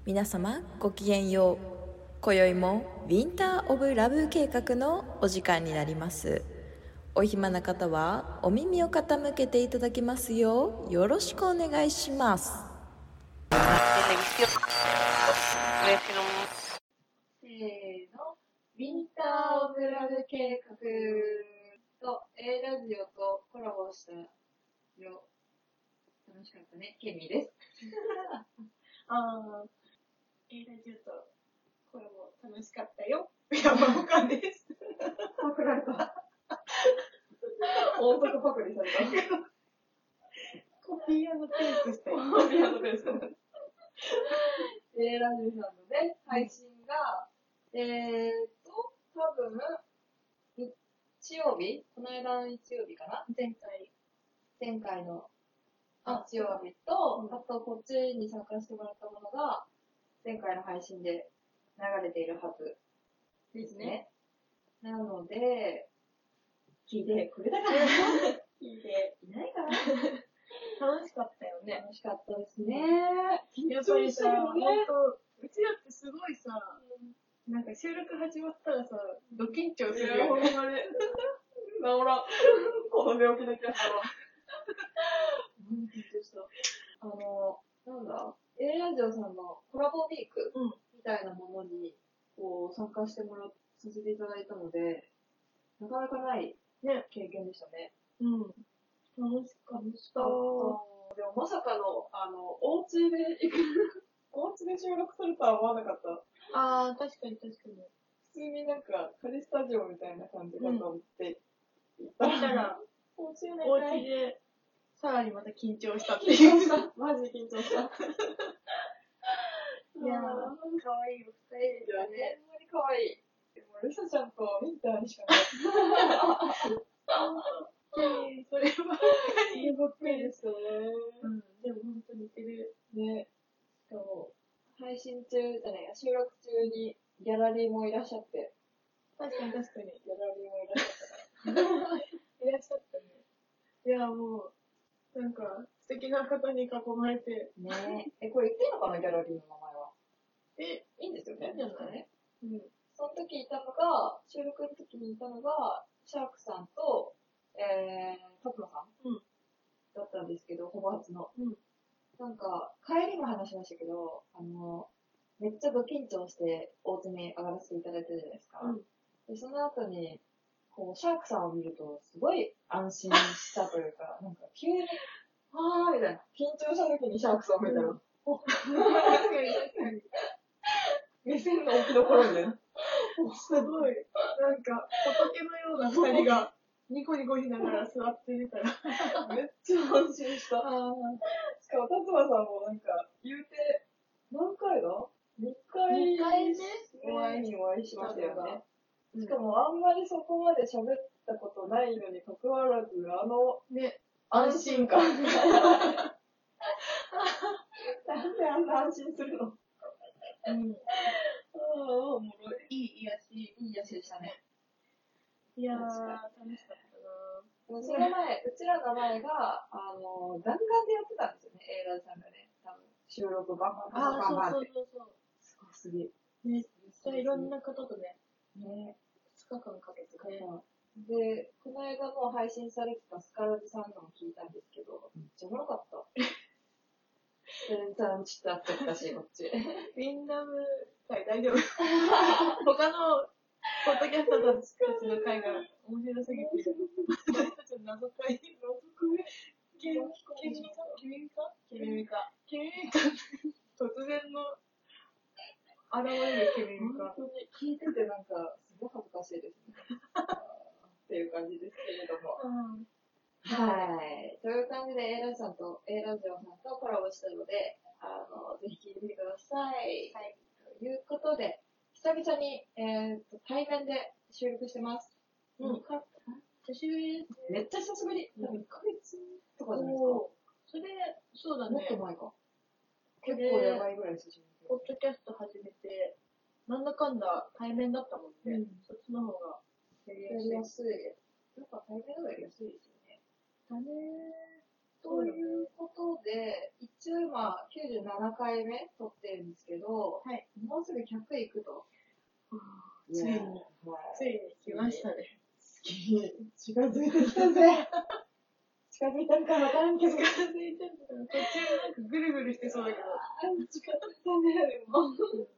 皆様ごきげんよう。今宵もウィンター・オブ・ラブ計画のお時間になります。お暇な方はお耳を傾けていただきますようよろしくお願いします。 せーの、ウィンター・オブ・ラブ計画と A ラジオとコラボしたよ。楽しかったね、ケミーです。 A ラジオとコラボ楽しかったよ。山岡です。 パクられた。大阪パクリされた。 コピー&ペーストしたよ。 コピー&ペースト。A ラジオさんのね、配信が、多分、日曜日この間の日曜日かな前回の日曜日と、あとこっちに参加してもらったものが、前回の配信で流れているはずですね。なので、聞いてくれたかな聞いていないかな楽しかったよね。 楽しかったですね。 やっぱりさ、ほんと、うちだってすごいさ、なんか収録始まったらさ、ド緊張するよね。 ほんまに。治らん。この病気だけは治らん。緊張した。なんだ A ラジオさんのコラボウィークみたいなものにこう参加してさせていただいたので、なかなかない経験でしたね。 楽しかった。 でもまさかの、お家で収録するとは思わなかった。 確かに。 普通になんか、仮スタジオみたいな感じだと思って行ったら、 お家で、さらにまた緊張したっていう。 マジ緊張した。 いやー、かわいいお二人でしたね。 ほんまにかわいい。でも、ルサちゃんとウィンターにしかない。 そればっかり。 ばっかりですよね。 でも本当に似てる。 ね。しかも、収録中にギャラリーもいらっしゃって。 確かに。 ギャラリーもいらっしゃったから。 いらっしゃったね。いや、もう、なんか、素敵な方に囲まれて。 ねえ。これ言っていいのかな、ギャラリーの名前は。 いいんですよね。 いんじゃない？ その時いたのが、収録の時にいたのが、シャークさんと、辰馬さん、だったんですけど、ほぼ初の。なんか、帰りも話しましたけど、めっちゃド緊張して大津に上がらせていただいたじゃないですか。で、その後に、こう、シャークさんを見ると、すごい安心したというか、なんか急に、みたいな。緊張した時にシャークさんを見たら、確かに。目線の置きどころで。 すごい。なんか、仏のような二人が、ニコニコしながら座ってるから。 めっちゃ安心した。しかも、辰馬さんもなんか、言うて、何回だ ?2 回目お会いしましたよね。しかも、あんまりそこまで喋ったことないのに関わらず、安心感。なんであんな安心するのおもろい。いい癒しでしたね。 いやー、楽しかったな。 その前、うちらの前が、弾丸でやってたんですよね、A ラジさんがね。多分収録バンバンって。 そう。 すごすぎ。 めっちゃいろんな方とね、 2 日間かけてね。 で、この間も配信されてたスカルズさんのも聞いたんですけど、めっちゃおもろかった。全然ちょっと焦ったし、こっち。 ウィンダム会大丈夫他のポッドキャストたちの会が面白すぎて、私たちの謎会、ケミミカ突然の現れるケミミカ。 本当に聞いててなんか、すごい恥ずかしいですね。っていう感じですけれども。はい。という感じで A ラジオさんとコラボしたので、ぜひ聞いてみてください。はい。ということで、久々に、対面で収録してます。 久しぶりですね。 めっちゃ久しぶり。多分1ヶ月とかじゃないですか。 そうだね。 もっと前か。結構やばいぐらい久しぶり。 ポッドキャスト始めて、なんだかんだ対面だったもんね。そっちの方がやりやすい。 やっぱ対面の方がやりやすいですよね。 だねということで、一一応今97回目撮ってるんですけど、 はい。 もうすぐ100いくと。 ついに、ついに来ましたね。 近づいてきたぜ。近づいたのかわからんけど。 近づいてるのかな。途中なんかぐるぐるしてそうだけど。 近づいたね、でも。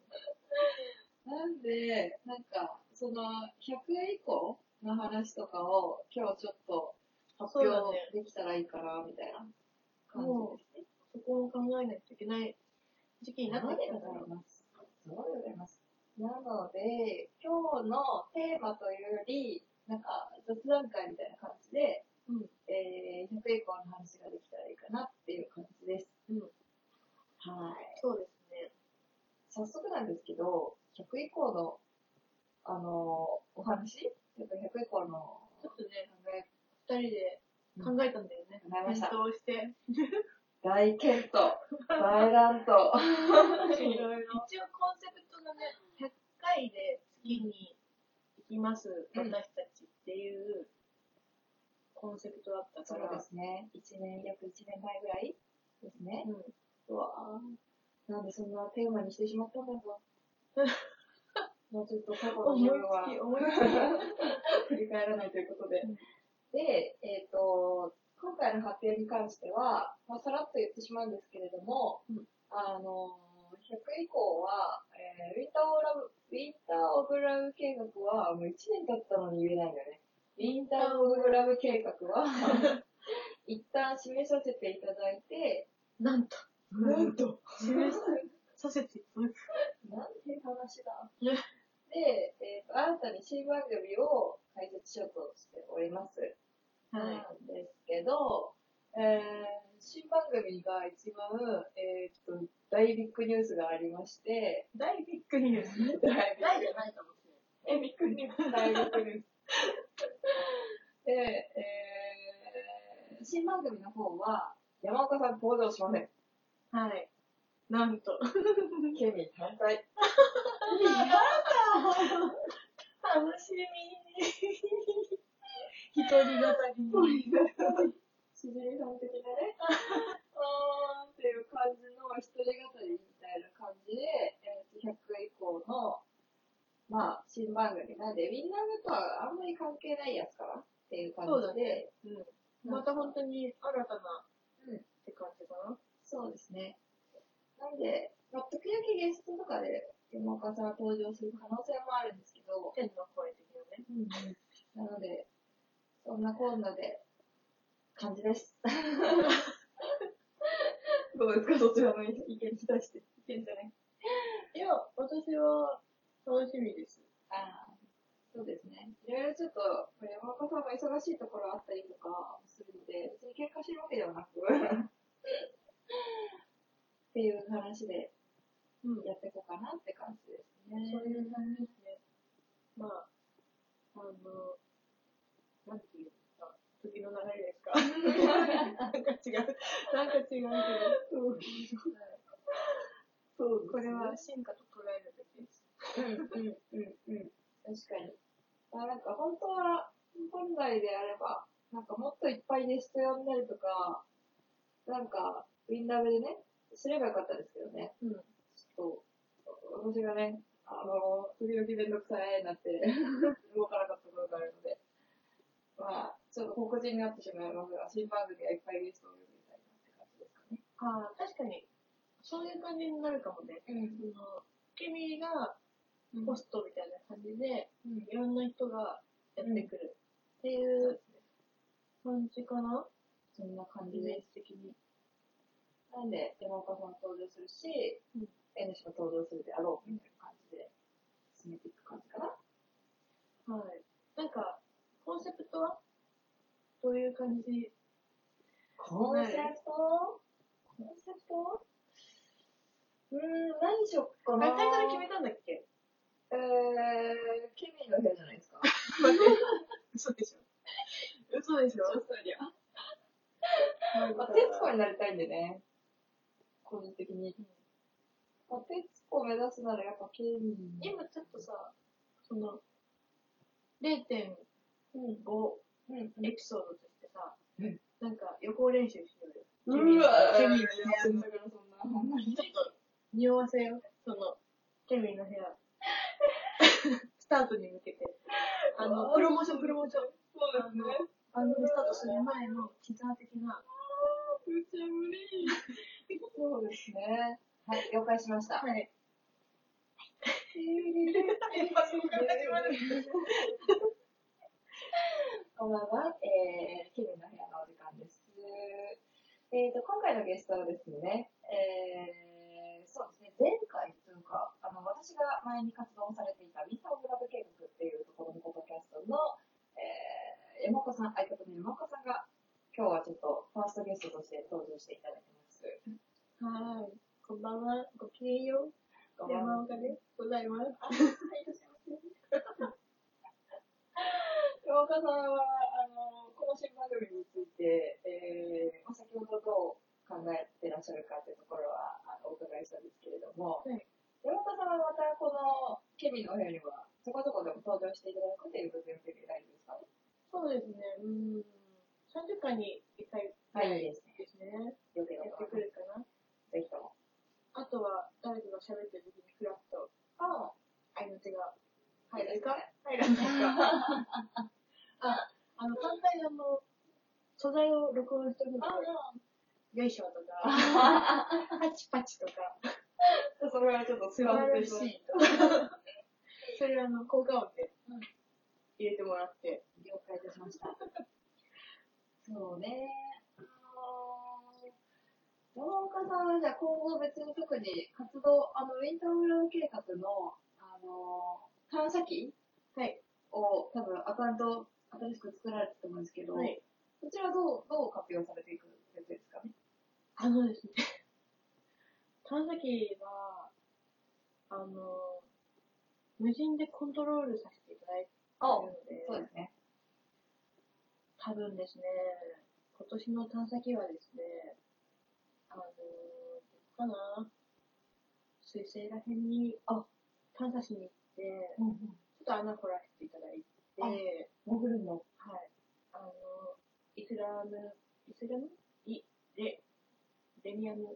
なんで、なんか、その、100以降の話とかを今日ちょっと発表できたらいいかな、みたいな感じですね。 そこを考えないといけない時期になってきたと思います。 そうでございます。なので、今日のテーマというより、なんか雑談会みたいな感じで、100以降の話ができたらいいかなっていう感じです。はい。 そうですね。 早速なんですけど、100以降の、お話100以降のちょっとね、2人で考えたんだよね。 考えました。 検討して。 大検討。大乱闘。 いろいろ。一応コンセプトがね、100回で月に行きます、私たちっていうコンセプトだったから。 そうですね。約1年前ぐらいですね。うわぁ。なんでそんなテーマにしてしまったんだぞ。もうちょっと過去の自分は振り返らないということで。で、今回の発表に関しては、さらっと言ってしまうんですけれども、100以降は、ウィンターオブラブ計画は、もう1年経ったのに言えないんだよね。ウィンターオブラブ計画は、一旦締めさせていただいて、 なんと、締めさせていただく。 なんていう話だ。で、新たに新番組を開設しようとしております。なんですけど、新番組が一番、大ビッグニュースがありまして、 大ビッグニュース大じゃないかもしれない。 ビッグニュース、大ビッグニュース。で、新番組の方は、山岡さん登場しません。 はい。なんと。 ケミ反対。 やだ楽しみ一人語り。 しじみさん的なね。っていう感じの一人語りみたいな感じで、100以降の、新番組なんで、ウィンナーとはあんまり関係ないやつかなっていう感じで。 また本当に新たな、って感じかな。 そうですね。なんで、時々ゲストとかで山岡さんが登場する可能性もあるんですけど、 天の声的なね。 なので、そんなこんなで、感じです。どうですか、そちらの意見に対して。意見じゃない。 いや、私は楽しみです。 そうですね。いろいろちょっと、山岡さんが忙しいところあったりとかするので、別に喧嘩してるわけではなく、っていう話でやっていこうかなって感じですね。 そういう感じですね。なんていうか、時の流れですかなんか違う。なんか違うけど。そう。これは進化と捉えるべきです。 確かに。なんか本当は、本来であれば、なんかもっといっぱいゲスト呼んだりとか、なんか、ウィンラブでね、すればよかったですけどね。ちょっと、私がね、時々めんどくさいなって動かなかったところがあるので、ちょっと告知になってしまいますが、新番組がいっぱいゲストを呼びたいなって感じですかね。 確かに、そういう感じになるかもね。ケミがホストみたいな感じで、いろんな人がやってくるっていう感じかな。 そんな感じです。的に。なんで、山岡さん登場するし、N 氏が登場するであろうみたいな感じで進めていく感じかな。 はい。なんか、コンセプトはどういう感じ？ コンセプト何しよっかな。 タイトル決めたんだっけ？ ケミの部屋じゃないですか。 嘘でしょ。嘘でしょ。 徹子になりたいんでね。個人的に。徹子を目指すならやっぱケミ。 今ちょっとさ、0.5 エピソードとしてさ、なんか予行練習しようよ。 うわケミの部屋のと匂わせよ、ケミの部屋。スタートに向けて。プロモーション。 そうですね。 番組スタートする前のティザー的な。 無茶無理。そうですね。はい、了解しました。 はい。 こんばんは、ケミの部屋のお時間です。今回のゲストはですね、そうですね、前回というか、私が前に活動されていたウィンターオブラブ計画っていうところのポッドキャストの、山岡さん、相方の山岡さんが、今日はちょっとファーストゲストとして登場していただいてます。 はい。こんばんは。ごきげんよう。山岡でございます。 はい、いらっしゃいませ。山岡さんは、この新番組について、先ほどどう考えてらっしゃるかというところはお伺いしたんですけれども、 はい、 山岡さんはまたこのケミの部屋にはそこそこでも登場していただくということで大丈夫ですかね。 そうですね。30回に1回はいですね。 予定がやってくるかな。 ぜひとも。 あとは誰かが喋ってる時にフラッと相の手が入るか入らないか。単体で素材を録音してるので、よいしょとか、パチパチとか、 それはちょっと素晴らしいとか、それ効果音で入れてもらって、 了解いたしました。そうね。山岡さんはじゃあ今後別に特に活動、ウィンターオブラブ計画の、探査機を多分アカウント新しく作られてたと思うんですけど、はい、そちらどう活用されていくやつですかね。 ですね。探査機は、無人でコントロールさせていただいているので、 そうですね。 多分ですね、今年の探査機はですね、どうかな、水星ら辺に探査しに行って、ちょっと穴掘らせていただいて、 潜るの。 はい。イスラムレミアム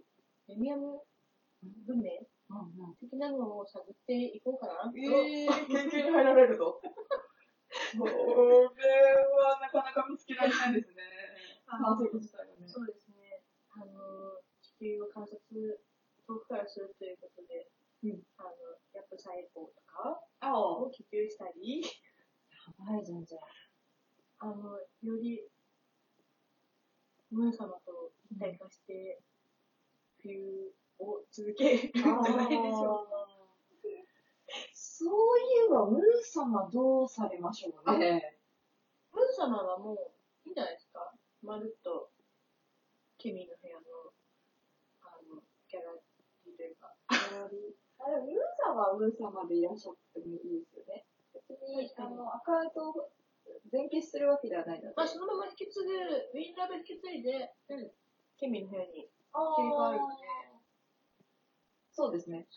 文明的なのを探っていこうかな。 研究に入られると。これはなかなか見つけられないですね。 そうですね。地球を観察、遠くからするということで、ヤップ細胞とかを研究したり、 やばいじゃん、じゃあ。より、ムーン様と一体化して、冬を続けるんじゃないでしょうか。 そういえば、ムー様どうされましょうね。 ムー様はもういいんじゃないですか。まるっと、ケミの部屋の、ギャラリーというか。 ムー様はムー様でいらっしゃってもいいですよね。別に、アカウントを全消しするわけではないので。 そのまま引き継ぐ、ウィンラブ引き継いで、ケミの部屋に切り替わるので。 そうですね。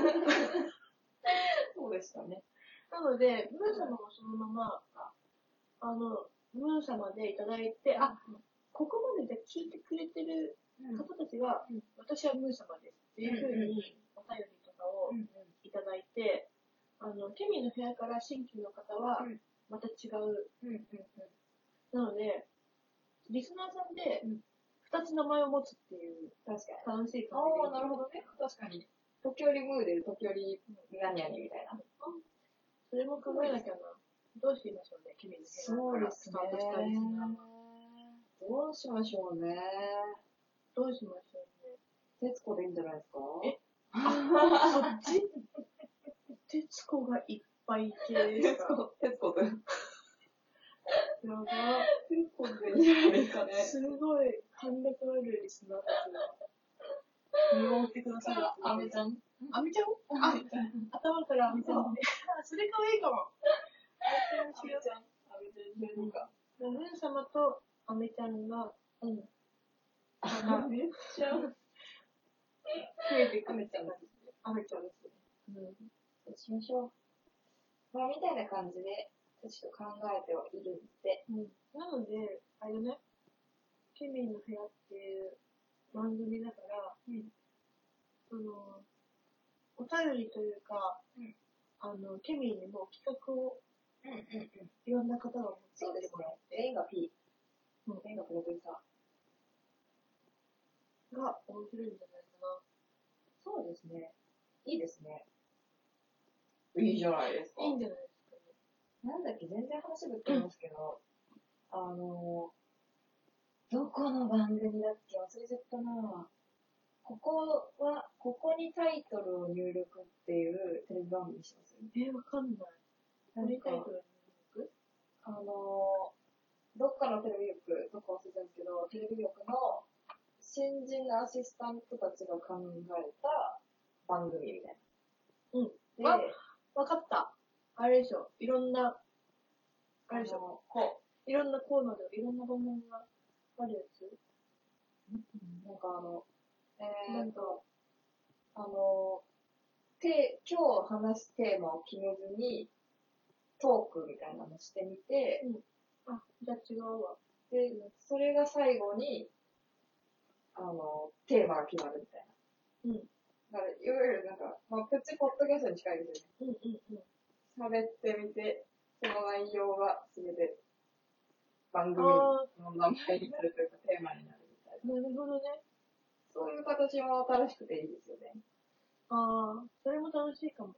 そうでしたね。 なので、ムー様もそのまま、ムー様でいただいて、ここまでで聞いてくれてる方たちが、私はムー様ですっていうふうに、お便りとかをいただいて、ケミの部屋から新規の方は、また違う。なので、リスナーさんで、2つ名前を持つっていう、楽しい感じで。 なるほどね。確かに。時折ムーで、時折何々みたいな。 それも考えなきゃな。どうしましょうね、ケミの部屋からスタートしたリスナー。 どうしましょうね。徹子でいいんじゃないですか。 そっち徹子がいっぱい系ですか。 徹子くん。 やば。 徹子でいいんじゃないですかね。 すごい、貫禄あるリスナーたちが。見守ってくださる。 アメちゃん頭からアメちゃんで。それかわいいかも。 アメちゃんムーン様とアメちゃんが、 めっちゃ増えてくる。 アメちゃんですね。そうしましょう。みたいな感じで、ちょっと考えてはいるんで。 なので、あれね、ケミの部屋っていう番組だから、 お便りというか、ケミーにも企画を、いろんな方が持ってきてそうですねもらっ。て、 レイが P。レイがプロデューサー。 が面白いんじゃないかな。 そうですね。いいですね。いいじゃないですか。 いいんじゃないですかね。 なんだっけ、全然話ぶってますけど、どこの番組だっけ忘れちゃったな。ここにタイトルを入力っていうテレビ番組にします。 わかんない。 なんかタイトル入どっかのテレビ局、どこ忘れたんですけど、テレビ局の新人のアシスタントたちが考えた番組みたいな。で、 わかった。あれでしょ。いろんな、あれでしょ。いろんなコーナーでいろんな番組があるやつ。 なんか今日話すテーマを決めずに、トークみたいなのしてみて、 じゃあ違うわ。 で、それが最後に、テーマが決まるみたいな。だから、いわゆるなんか、プチポッドキャストに近いですよね。喋ってみて、その内容がすべて番組の名前になるというか、テーマになるみたいな。 なるほどね。 そういう形も新しくていいですよね。 それも楽しいかも。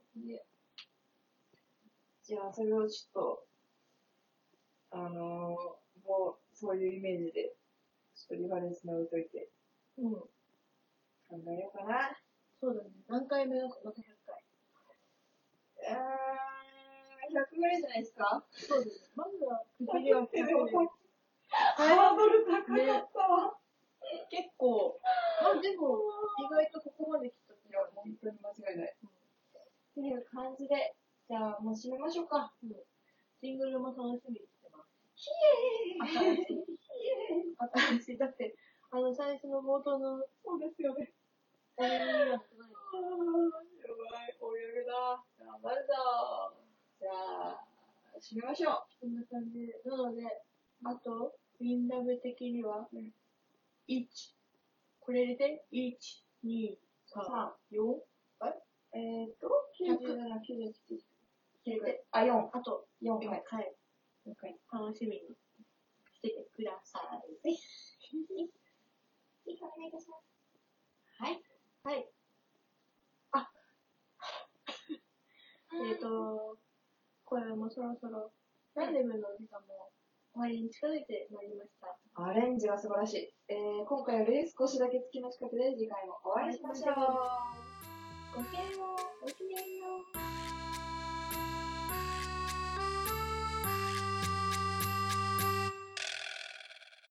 じゃあ、それをちょっと、もう、そういうイメージで、ちょっとリファレンスに置いといて、考えようかな。 そうだね。何回目のか、また100回。 100ぐらいじゃないですか？ そうですね。まずは、区切りは100で。 ハードル高かったわ。 結構、でも、意外とここまで来た。 いや、本当に間違いない。っていう感じで、じゃあ、もう締めましょうか。 シングルも楽しみにしてます。 ひえー新しい。だって、最初の冒頭の、 そうですよね。 やばい、 追い上げだ。頑張るぞ。じゃあ、締めましょう。 こんな感じで。なので、あと、ウィンラブ的には、1、これで、1、2、3、4、 97、98、 で、 4。 あと 4 4 回。 回、楽しみにしててください。 ぜひお願いいたします。はい。 はい。これもそろそろ、ランデムの時間も終わりに近づいてまいりました。 アレンジが素晴らしい。今回より少しだけつきましかったので、次回もお会いしましょう。 ごきげんよう。ごきげんよう。